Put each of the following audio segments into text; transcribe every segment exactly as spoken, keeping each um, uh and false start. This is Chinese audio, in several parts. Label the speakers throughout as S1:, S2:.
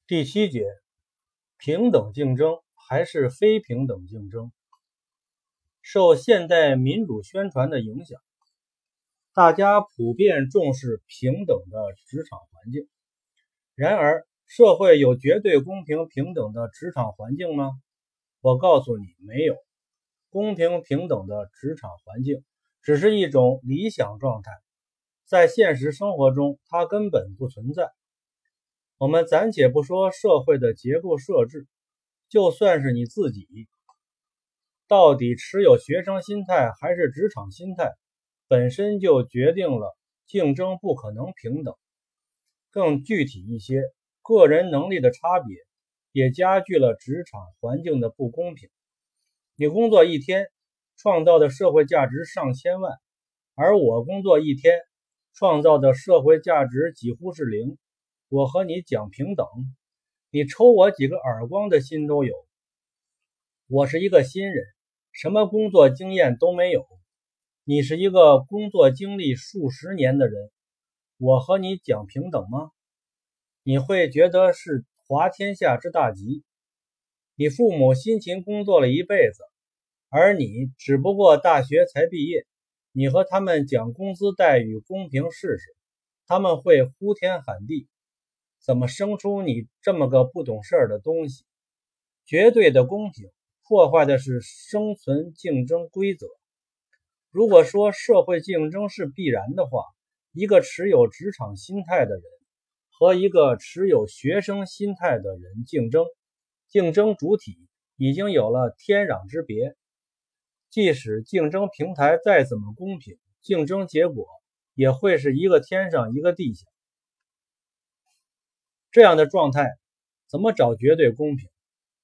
S1: 第七节，平等竞争还是非平等竞争？受现代民主宣传的影响，大家普遍重视平等的职场环境。然而，社会有绝对公平平等的职场环境吗？我告诉你，没有。公平平等的职场环境只是一种理想状态，在现实生活中它根本不存在。我们暂且不说社会的结构设置，就算是你自己，到底持有学生心态还是职场心态，本身就决定了竞争不可能平等。更具体一些，个人能力的差别也加剧了职场环境的不公平。你工作一天，创造的社会价值上千万，而我工作一天，创造的社会价值几乎是零。我和你讲平等，你抽我几个耳光的心都有。我是一个新人，什么工作经验都没有。你是一个工作经历数十年的人，我和你讲平等吗？你会觉得是滑天下之大稽。你父母辛勤工作了一辈子，而你只不过大学才毕业，你和他们讲工资待遇公平试试，他们会呼天喊地，怎么生出你这么个不懂事儿的东西？绝对的公平破坏的是生存竞争规则。如果说社会竞争是必然的话，一个持有职场心态的人和一个持有学生心态的人竞争，竞争主体已经有了天壤之别。即使竞争平台再怎么公平，竞争结果也会是一个天上一个地下。这样的状态怎么找绝对公平？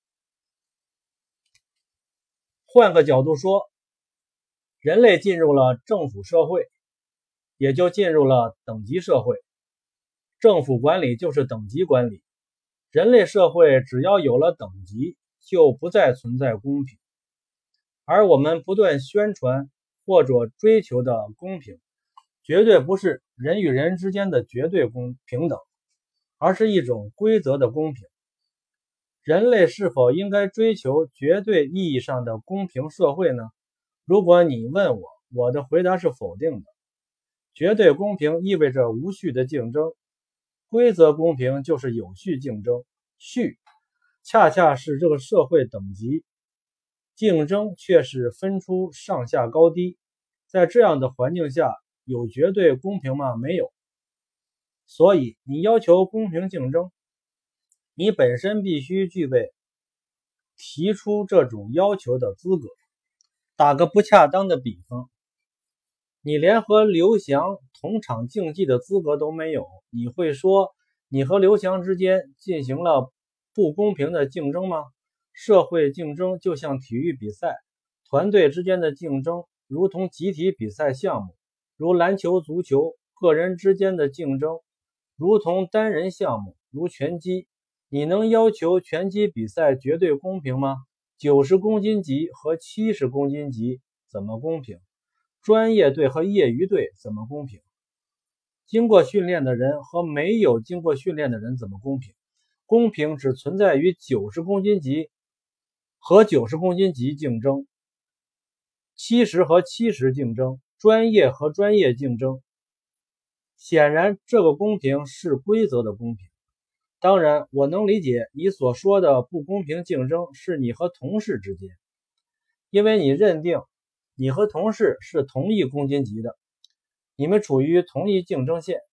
S1: 换个角度说，人类进入了政府社会，也就进入了等级社会。政府管理就是等级管理，人类社会只要有了等级，就不再存在公平。而我们不断宣传或者追求的公平，绝对不是人与人之间的绝对公平等，而是一种规则的公平。人类是否应该追求绝对意义上的公平社会呢？如果你问我，我的回答是否定的。绝对公平意味着无序的竞争，规则公平就是有序竞争，序恰恰是这个社会等级，竞争却是分出上下高低。在这样的环境下，有绝对公平吗？没有。所以你要求公平竞争，你本身必须具备提出这种要求的资格。打个不恰当的比方，你连和刘翔同场竞技的资格都没有，你会说你和刘翔之间进行了不公平的竞争吗？社会竞争就像体育比赛，团队之间的竞争如同集体比赛项目，如篮球、足球；个人之间的竞争如同单人项目，如拳击。你能要求拳击比赛绝对公平吗？九十公斤级和七十公斤级怎么公平？专业队和业余队怎么公平？经过训练的人和没有经过训练的人怎么公平？公平只存在于九十公斤级和九十公斤级竞争，七十和七十竞争，专业和专业竞争。显然，这个公平是规则的公平。当然，我能理解你所说的不公平竞争是你和同事之间，因为你认定你和同事是同一公斤级的，你们处于同一竞争线。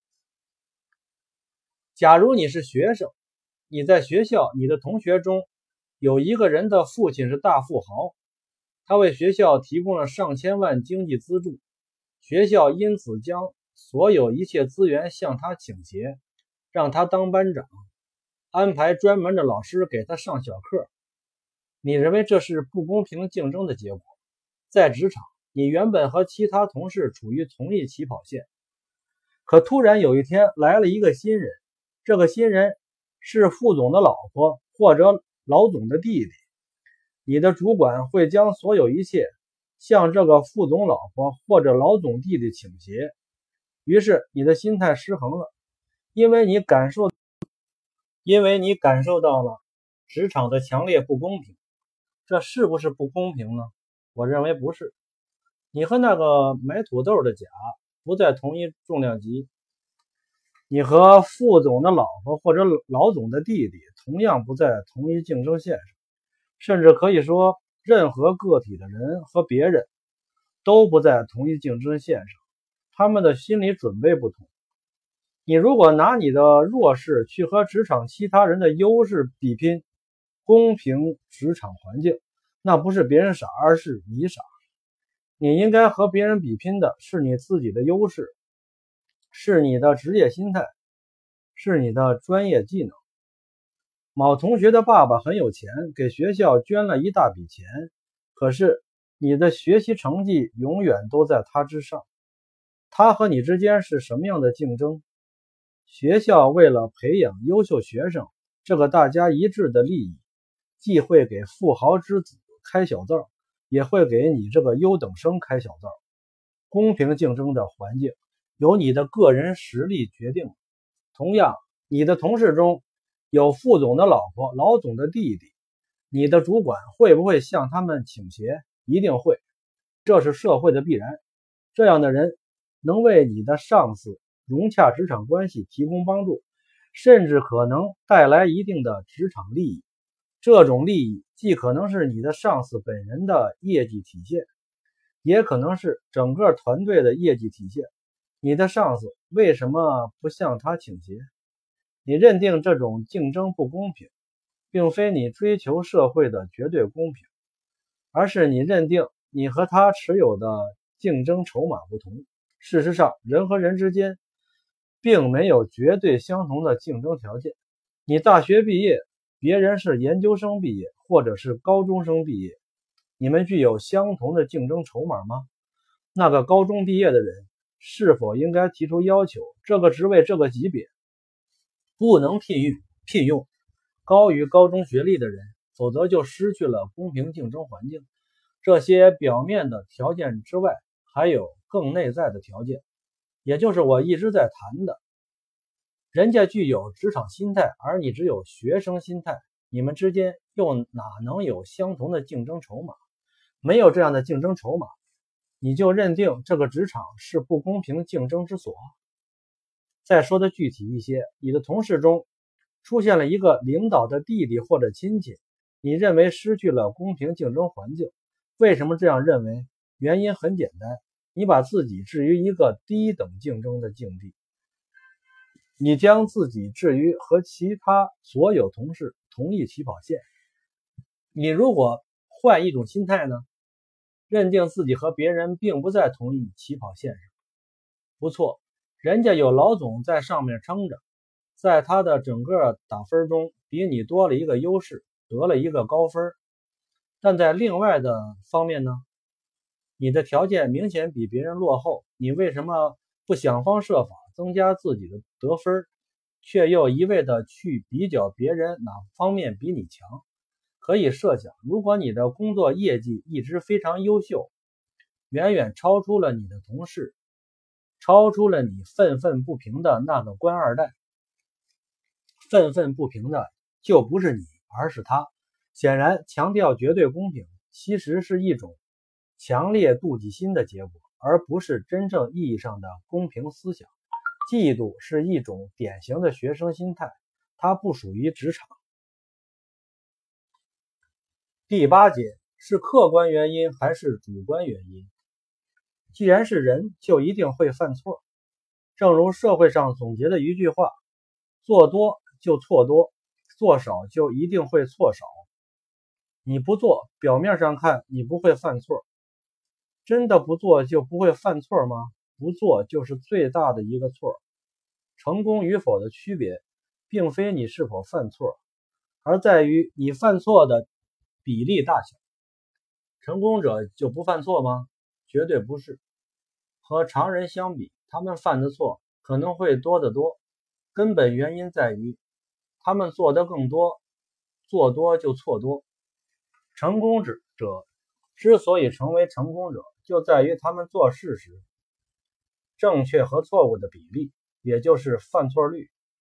S1: 假如你是学生，你在学校，你的同学中有一个人的父亲是大富豪，他为学校提供了上千万经济资助，学校因此将所有一切资源向他倾斜，让他当班长，安排专门的老师给他上小课。你认为这是不公平竞争的结果？在职场，你原本和其他同事处于同一起跑线，可突然有一天来了一个新人，这个新人是副总的老婆或者老总的弟弟，你的主管会将所有一切向这个副总老婆或者老总弟弟倾斜，于是你的心态失衡了，因为你感受因为你感受到了职场的强烈不公平。这是不是不公平呢？我认为不是。你和那个买土豆的甲不在同一重量级，你和副总的老婆或者老总的弟弟同样不在同一竞争线上，甚至可以说任何个体的人和别人都不在同一竞争线上，他们的心理准备不同。你如果拿你的弱势去和职场其他人的优势比拼公平职场环境，那不是别人傻，而是你傻。你应该和别人比拼的是你自己的优势，是你的职业心态，是你的专业技能。某同学的爸爸很有钱，给学校捐了一大笔钱，可是你的学习成绩永远都在他之上。他和你之间是什么样的竞争？学校为了培养优秀学生，这个大家一致的利益，既会给富豪之子开小灶，也会给你这个优等生开小灶。公平竞争的环境由你的个人实力决定。同样，你的同事中有副总的老婆、老总的弟弟，你的主管会不会向他们倾斜？一定会，这是社会的必然。这样的人能为你的上司融洽职场关系提供帮助，甚至可能带来一定的职场利益。这种利益既可能是你的上司本人的业绩体现，也可能是整个团队的业绩体现。你的上司为什么不向他倾斜？你认定这种竞争不公平，并非你追求社会的绝对公平，而是你认定你和他持有的竞争筹码不同。事实上，人和人之间并没有绝对相同的竞争条件。你大学毕业，别人是研究生毕业或者是高中生毕业，你们具有相同的竞争筹码吗？那个高中毕业的人是否应该提出要求，这个职位这个级别不能聘用聘用高于高中学历的人，否则就失去了公平竞争环境。这些表面的条件之外，还有更内在的条件，也就是我一直在谈的，人家具有职场心态，而你只有学生心态，你们之间又哪能有相同的竞争筹码？没有这样的竞争筹码，你就认定这个职场是不公平竞争之所。再说的具体一些，你的同事中出现了一个领导的弟弟或者亲戚，你认为失去了公平竞争环境。为什么这样认为？原因很简单，你把自己置于一个低等竞争的境地，你将自己置于和其他所有同事同一起跑线。你如果换一种心态呢？认定自己和别人并不在同一起跑线上。不错，人家有老总在上面撑着，在他的整个打分中比你多了一个优势，得了一个高分。但在另外的方面呢，你的条件明显比别人落后，你为什么不想方设法增加自己的得分，却又一味的去比较别人哪方面比你强？可以设想，如果你的工作业绩一直非常优秀，远远超出了你的同事，超出了你愤愤不平的那个官二代，愤愤不平的就不是你，而是他。显然，强调绝对公平其实是一种强烈妒忌心的结果，而不是真正意义上的公平思想。嫉妒是一种典型的学生心态，它不属于职场。第八节是客观原因还是主观原因？既然是人，就一定会犯错。正如社会上总结的一句话，做多就错多，做少就一定会错少。你不做，表面上看你不会犯错，真的不做就不会犯错吗？不做就是最大的一个错。成功与否的区别，并非你是否犯错，而在于你犯错的比例大小。成功者就不犯错吗？绝对不是。和常人相比，他们犯的错可能会多得多，根本原因在于他们做得更多，做多就错多。成功者之所以成为成功者，就在于他们做事时正确和错误的比例，也就是犯错率。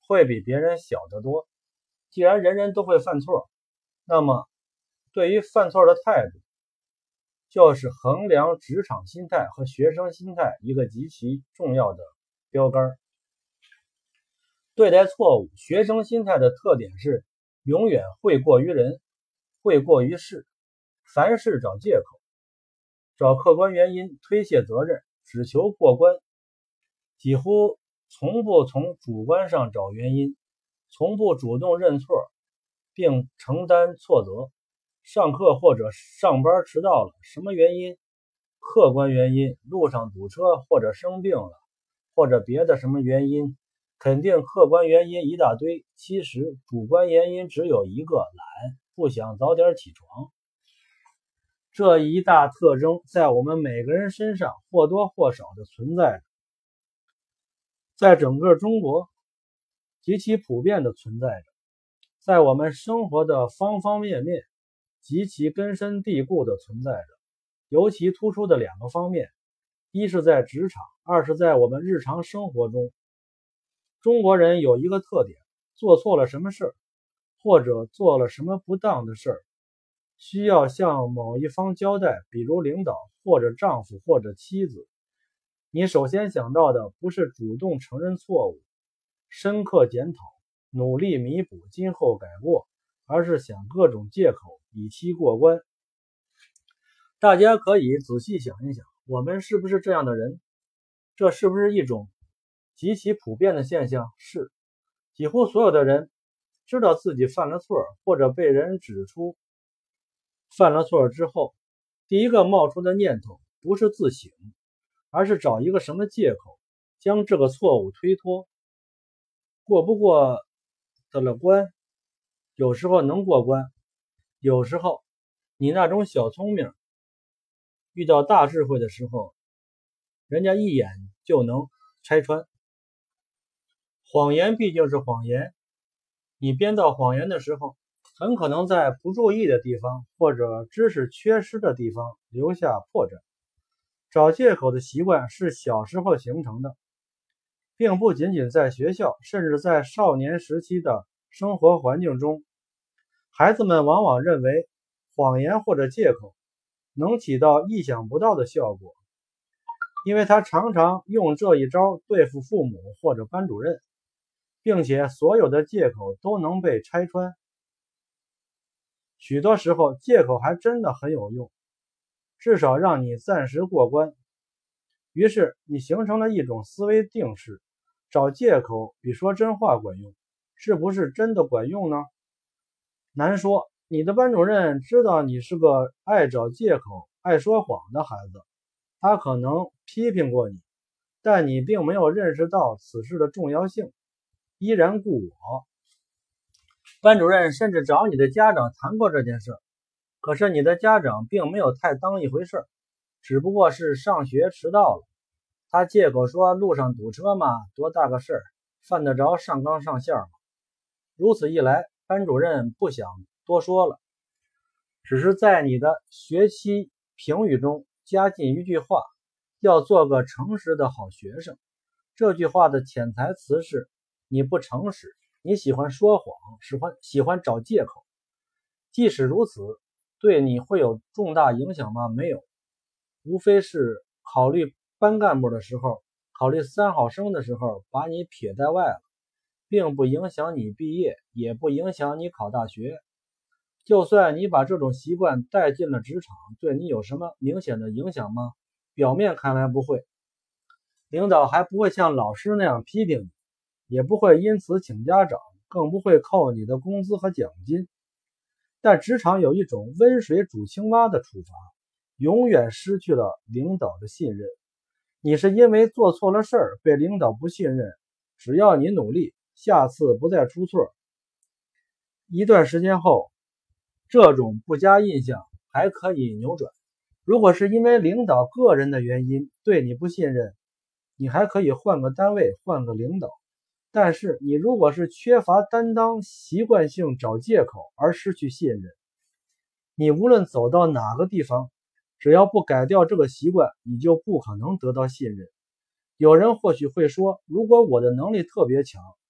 S1: 会比别人小得多。既然人人都会犯错，那么对于犯错的态度，就是衡量职场心态和学生心态一个极其重要的标杆。对待错误，学生心态的特点是永远会过于人，会过于事，凡事找借口，找客观原因推卸责任，只求过关，几乎从不从主观上找原因，从不主动认错并承担错责。上课或者上班迟到了，什么原因？客观原因，路上堵车或者生病了，或者别的什么原因，肯定客观原因一大堆，其实主观原因只有一个，懒，不想早点起床。这一大特征在我们每个人身上或多或少的存在着，在整个中国极其普遍的存在着，在我们生活的方方面面极其根深蒂固的存在着。尤其突出的两个方面，一是在职场，二是在我们日常生活中。中国人有一个特点，做错了什么事儿，或者做了什么不当的事儿，需要向某一方交代，比如领导或者丈夫或者妻子。你首先想到的不是主动承认错误，深刻检讨，努力弥补，今后改过，而是想各种借口以期过关。大家可以仔细想一想，我们是不是这样的人？这是不是一种极其普遍的现象？是，几乎所有的人知道自己犯了错，或者被人指出犯了错之后，第一个冒出的念头不是自省，而是找一个什么借口将这个错误推脱。过不过得了关，有时候能过关，有时候你那种小聪明遇到大智慧的时候，人家一眼就能拆穿。谎言毕竟是谎言，你编造谎言的时候，很可能在不注意的地方或者知识缺失的地方留下破绽。找借口的习惯是小时候形成的，并不仅仅在学校，甚至在少年时期的生活环境中，孩子们往往认为谎言或者借口能起到意想不到的效果，因为他常常用这一招对付父母或者班主任，并且所有的借口都能被拆穿。许多时候借口还真的很有用，至少让你暂时过关。于是你形成了一种思维定式，找借口比说真话管用。是不是真的管用呢？难说。你的班主任知道你是个爱找借口、爱说谎的孩子，他可能批评过你，但你并没有认识到此事的重要性，依然故我。班主任甚至找你的家长谈过这件事，可是你的家长并没有太当一回事，只不过是上学迟到了。他借口说路上堵车嘛，多大个事儿，犯得着上纲上线吗？如此一来，班主任不想多说了，只是在你的学期评语中加进一句话，要做个诚实的好学生。这句话的潜台词是，你不诚实，你喜欢说谎，喜欢喜欢找借口。即使如此，对你会有重大影响吗？没有，无非是考虑班干部的时候，考虑三好生的时候把你撇在外了，并不影响你毕业，也不影响你考大学。就算你把这种习惯带进了职场，对你有什么明显的影响吗？表面看来不会，领导还不会像老师那样批评你，也不会因此请家长，更不会扣你的工资和奖金。但职场有一种温水煮青蛙的处罚，永远失去了领导的信任。你是因为做错了事儿被领导不信任，只要你努力，下次不再出错。一段时间后，这种不佳印象还可以扭转。如果是因为领导个人的原因对你不信任，你还可以换个单位，换个领导。但是你如果是缺乏担当，习惯性找借口而失去信任，你无论走到哪个地方，只要不改掉这个习惯，你就不可能得到信任。有人或许会说，如果我的能力特别强，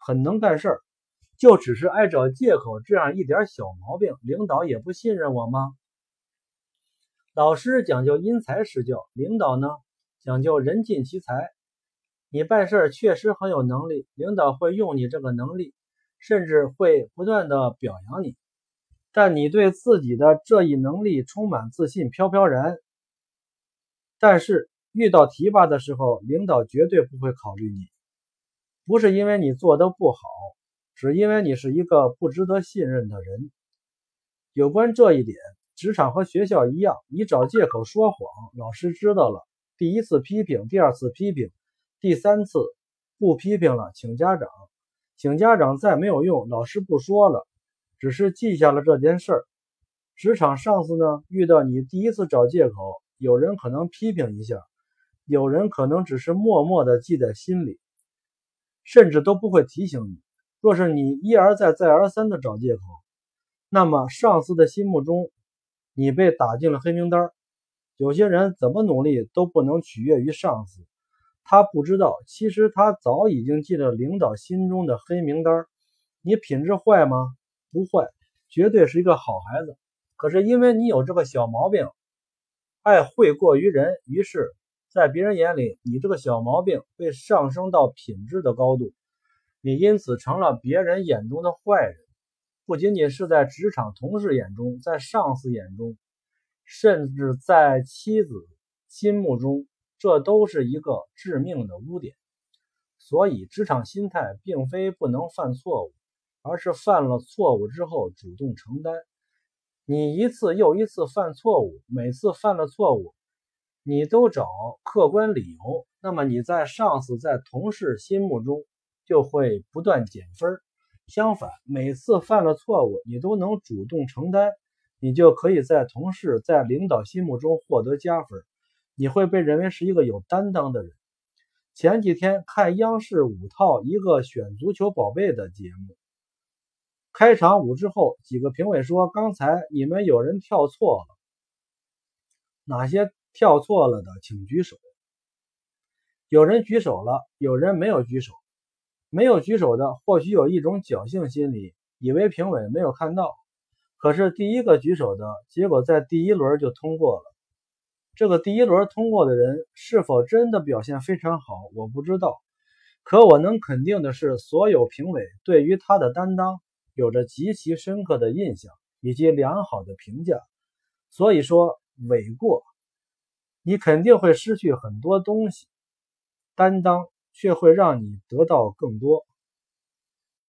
S1: 很能干事儿，就只是爱找借口这样一点小毛病，领导也不信任我吗？老师讲究因材施教，领导呢讲究人尽其才。你办事确实很有能力，领导会用你这个能力，甚至会不断的表扬你。但你对自己的这一能力充满自信，飘飘然。但是遇到提拔的时候，领导绝对不会考虑你，不是因为你做得不好，只因为你是一个不值得信任的人。有关这一点，职场和学校一样，你找借口说谎，老师知道了，第一次批评，第二次批评，第三次不批评了，请家长，请家长再没有用，老师不说了，只是记下了这件事儿。职场上司呢，遇到你第一次找借口，有人可能批评一下，有人可能只是默默地记在心里，甚至都不会提醒你。若是你一而再再而三地找借口，那么上司的心目中你被打进了黑名单。有些人怎么努力都不能取悦于上司，他不知道其实他早已经进了领导心中的黑名单。你品质坏吗？不坏，绝对是一个好孩子。可是因为你有这个小毛病，爱惠过于人，于是在别人眼里，你这个小毛病被上升到品质的高度，你因此成了别人眼中的坏人。不仅仅是在职场同事眼中，在上司眼中，甚至在妻子心目中，这都是一个致命的污点。所以职场心态并非不能犯错误，而是犯了错误之后主动承担。你一次又一次犯错误，每次犯了错误，你都找客观理由，那么你在上司在同事心目中就会不断减分。相反，每次犯了错误，你都能主动承担，你就可以在同事在领导心目中获得加分，你会被认为是一个有担当的人。前几天看央视五套一个选足球宝贝的节目，开场舞之后，几个评委说，刚才你们有人跳错了，哪些跳错了的请举手。有人举手了，有人没有举手。没有举手的或许有一种侥幸心理，以为评委没有看到，可是第一个举手的结果在第一轮就通过了。这个第一轮通过的人是否真的表现非常好，我不知道，可我能肯定的是，所有评委对于他的担当有着极其深刻的印象以及良好的评价。所以说，诿过你肯定会失去很多东西，担当却会让你得到更多。